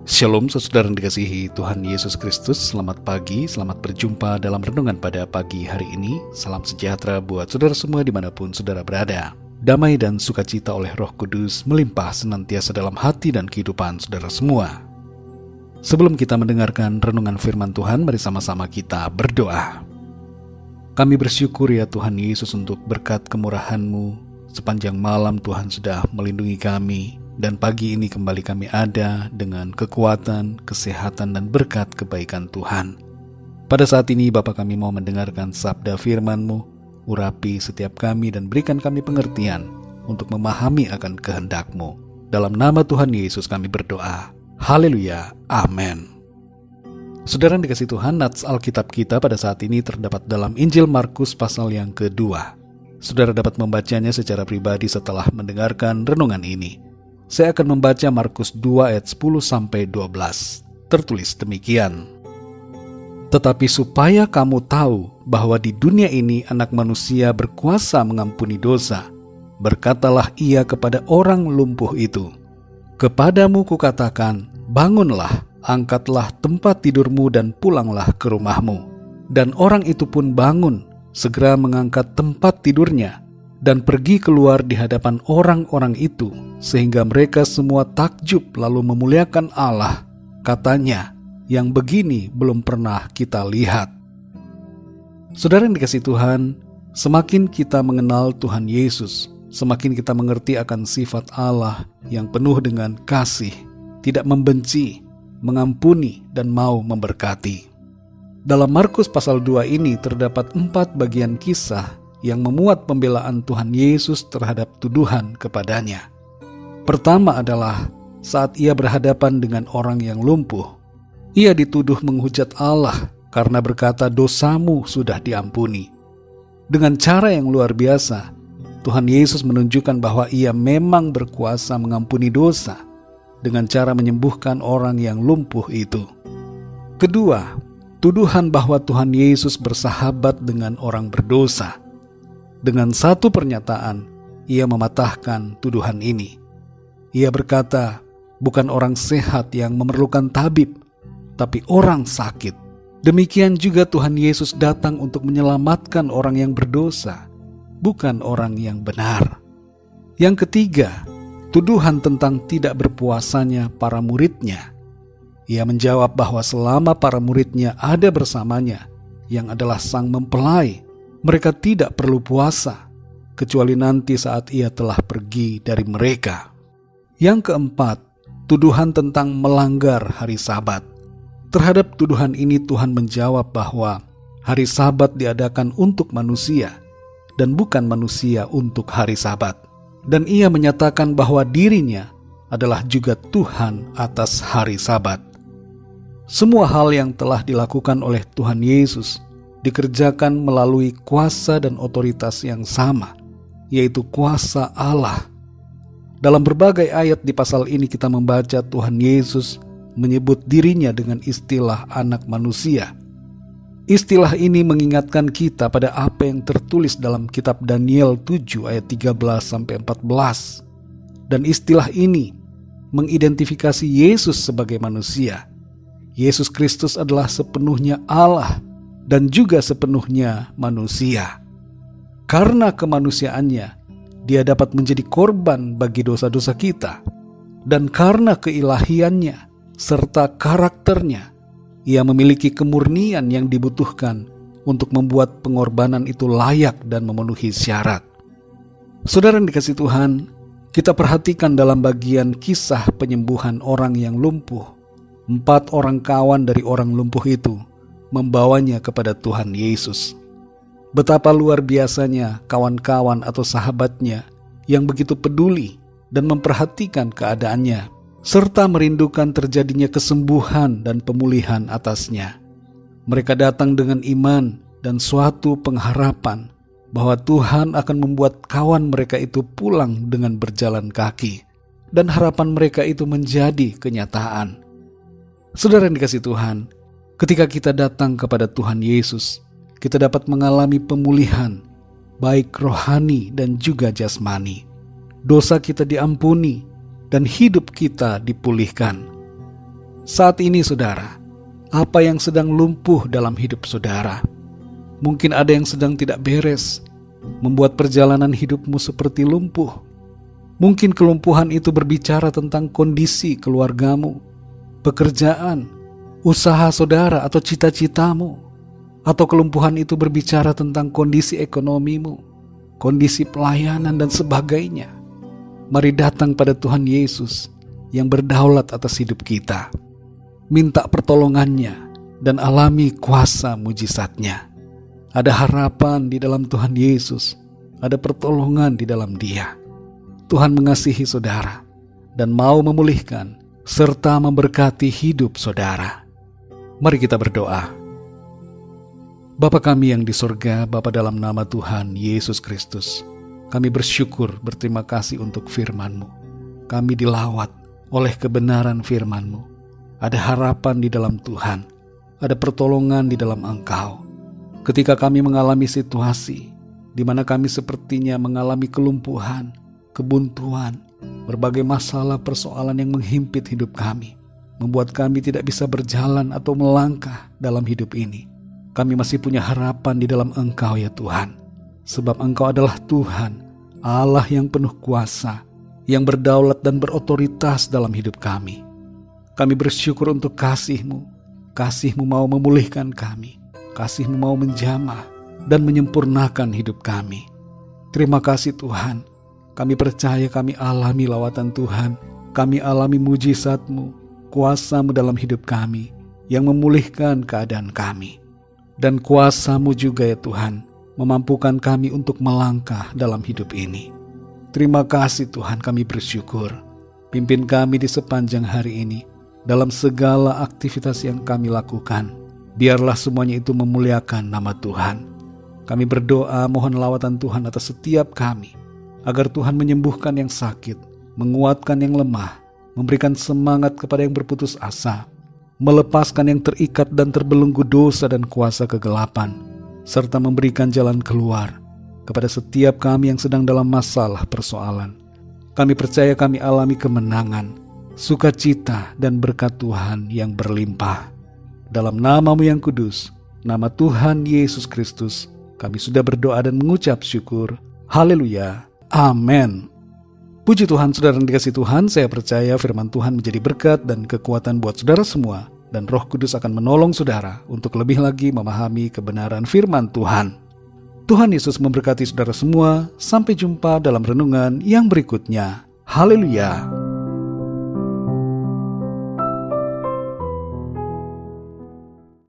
Shalom saudara yang dikasihi Tuhan Yesus Kristus. Selamat pagi, selamat berjumpa dalam renungan pada pagi hari ini. Salam sejahtera buat saudara semua dimanapun saudara berada. Damai dan sukacita oleh Roh Kudus melimpah senantiasa dalam hati dan kehidupan saudara semua. Sebelum kita mendengarkan renungan firman Tuhan, mari sama-sama kita berdoa. Kami bersyukur ya Tuhan Yesus untuk berkat kemurahan-Mu. Sepanjang malam Tuhan sudah melindungi kami. Dan pagi ini kembali kami ada dengan kekuatan, kesehatan, dan berkat kebaikan Tuhan. Pada saat ini Bapa kami mau mendengarkan sabda firman-Mu, urapi setiap kami dan berikan kami pengertian untuk memahami akan kehendak-Mu. Dalam nama Tuhan Yesus kami berdoa. Haleluya, amin. Saudara yang dikasihi Tuhan, nats Alkitab kita pada saat ini terdapat dalam Injil Markus pasal yang kedua. Saudara dapat membacanya secara pribadi setelah mendengarkan renungan ini. Saya akan membaca Markus 2 ayat 10-12. Tertulis demikian. Tetapi supaya kamu tahu bahwa di dunia ini anak manusia berkuasa mengampuni dosa, berkatalah ia kepada orang lumpuh itu, kepadamu kukatakan, bangunlah, angkatlah tempat tidurmu dan pulanglah ke rumahmu. Dan orang itu pun bangun, segera mengangkat tempat tidurnya, dan pergi keluar di hadapan orang-orang itu, sehingga mereka semua takjub lalu memuliakan Allah. Katanya, yang begini belum pernah kita lihat. Saudara yang dikasihi Tuhan, semakin kita mengenal Tuhan Yesus, semakin kita mengerti akan sifat Allah yang penuh dengan kasih, tidak membenci, mengampuni, dan mau memberkati. Dalam Markus pasal 2 ini terdapat 4 bagian kisah yang memuat pembelaan Tuhan Yesus terhadap tuduhan kepadanya. Pertama adalah saat ia berhadapan dengan orang yang lumpuh. Ia dituduh menghujat Allah karena berkata dosamu sudah diampuni. Dengan cara yang luar biasa, Tuhan Yesus menunjukkan bahwa ia memang berkuasa mengampuni dosa dengan cara menyembuhkan orang yang lumpuh itu. Kedua, tuduhan bahwa Tuhan Yesus bersahabat dengan orang berdosa. Dengan satu pernyataan, ia mematahkan tuduhan ini. Ia berkata, bukan orang sehat yang memerlukan tabib, tapi orang sakit. Demikian juga Tuhan Yesus datang untuk menyelamatkan orang yang berdosa, bukan orang yang benar. Yang ketiga, tuduhan tentang tidak berpuasanya para muridnya. Ia menjawab bahwa selama para muridnya ada bersamanya, yang adalah sang mempelai, mereka tidak perlu puasa, kecuali nanti saat ia telah pergi dari mereka. Yang keempat, tuduhan tentang melanggar hari Sabat. Terhadap tuduhan ini Tuhan menjawab bahwa hari Sabat diadakan untuk manusia, dan bukan manusia untuk hari Sabat. Dan ia menyatakan bahwa dirinya adalah juga Tuhan atas hari Sabat. Semua hal yang telah dilakukan oleh Tuhan Yesus dikerjakan melalui kuasa dan otoritas yang sama, yaitu kuasa Allah. Dalam berbagai ayat di pasal ini kita membaca Tuhan Yesus menyebut dirinya dengan istilah anak manusia. Istilah ini mengingatkan kita pada apa yang tertulis dalam kitab Daniel 7 ayat 13-14. Dan istilah ini mengidentifikasi Yesus sebagai manusia. Yesus Kristus adalah sepenuhnya Allah dan juga sepenuhnya manusia. Karena kemanusiaannya, dia dapat menjadi korban bagi dosa-dosa kita. Dan karena keilahiannya serta karakternya, ia memiliki kemurnian yang dibutuhkan untuk membuat pengorbanan itu layak dan memenuhi syarat. Saudara yang dikasihi Tuhan, kita perhatikan dalam bagian kisah penyembuhan orang yang lumpuh. 4 orang kawan dari orang lumpuh itu membawanya kepada Tuhan Yesus. Betapa luar biasanya kawan-kawan atau sahabatnya yang begitu peduli dan memperhatikan keadaannya, serta merindukan terjadinya kesembuhan dan pemulihan atasnya. Mereka datang dengan iman dan suatu pengharapan bahwa Tuhan akan membuat kawan mereka itu pulang dengan berjalan kaki, dan harapan mereka itu menjadi kenyataan. Saudara yang dikasihi Tuhan, ketika kita datang kepada Tuhan Yesus, kita dapat mengalami pemulihan, baik rohani dan juga jasmani. Dosa kita diampuni, dan hidup kita dipulihkan. Saat ini saudara, apa yang sedang lumpuh dalam hidup saudara? Mungkin ada yang sedang tidak beres, membuat perjalanan hidupmu seperti lumpuh. Mungkin kelumpuhan itu berbicara tentang kondisi keluargamu, pekerjaan, usaha saudara atau cita-citamu. Atau kelumpuhan itu berbicara tentang kondisi ekonomimu, kondisi pelayanan dan sebagainya. Mari datang pada Tuhan Yesus yang berdaulat atas hidup kita. Minta pertolongannya dan alami kuasa mujizatnya. Ada harapan di dalam Tuhan Yesus, ada pertolongan di dalam Dia. Tuhan mengasihi saudara dan mau memulihkan serta memberkati hidup saudara. Mari kita berdoa. Bapa kami yang di surga, Bapa dalam nama Tuhan Yesus Kristus, kami bersyukur, berterima kasih untuk firman-Mu. Kami dilawat oleh kebenaran firman-Mu. Ada harapan di dalam Tuhan, ada pertolongan di dalam Engkau. Ketika kami mengalami situasi di mana kami sepertinya mengalami kelumpuhan, kebuntuan, berbagai masalah persoalan yang menghimpit hidup kami, membuat kami tidak bisa berjalan atau melangkah dalam hidup ini. Kami masih punya harapan di dalam Engkau ya Tuhan, sebab Engkau adalah Tuhan, Allah yang penuh kuasa, yang berdaulat dan berotoritas dalam hidup kami. Kami bersyukur untuk kasih-Mu. Kasih-Mu mau memulihkan kami. Kasih-Mu mau menjamah dan menyempurnakan hidup kami. Terima kasih Tuhan. Kami percaya kami alami lawatan Tuhan. Kami alami mujizat-Mu, kuasa-Mu dalam hidup kami yang memulihkan keadaan kami. Dan kuasa-Mu juga ya Tuhan, memampukan kami untuk melangkah dalam hidup ini. Terima kasih Tuhan, kami bersyukur. Pimpin kami di sepanjang hari ini, dalam segala aktivitas yang kami lakukan. Biarlah semuanya itu memuliakan nama Tuhan. Kami berdoa mohon lawatan Tuhan atas setiap kami, agar Tuhan menyembuhkan yang sakit, menguatkan yang lemah, memberikan semangat kepada yang berputus asa, melepaskan yang terikat dan terbelenggu dosa dan kuasa kegelapan, serta memberikan jalan keluar kepada setiap kami yang sedang dalam masalah persoalan. Kami percaya kami alami kemenangan, sukacita dan berkat Tuhan yang berlimpah. Dalam nama-Mu yang kudus, nama Tuhan Yesus Kristus, kami sudah berdoa dan mengucap syukur. Haleluya. Amin. Puji Tuhan, saudara yang dikasihi Tuhan, saya percaya firman Tuhan menjadi berkat dan kekuatan buat saudara semua, dan Roh Kudus akan menolong saudara untuk lebih lagi memahami kebenaran firman Tuhan. Tuhan Yesus memberkati saudara semua. Sampai jumpa dalam renungan yang berikutnya. Haleluya.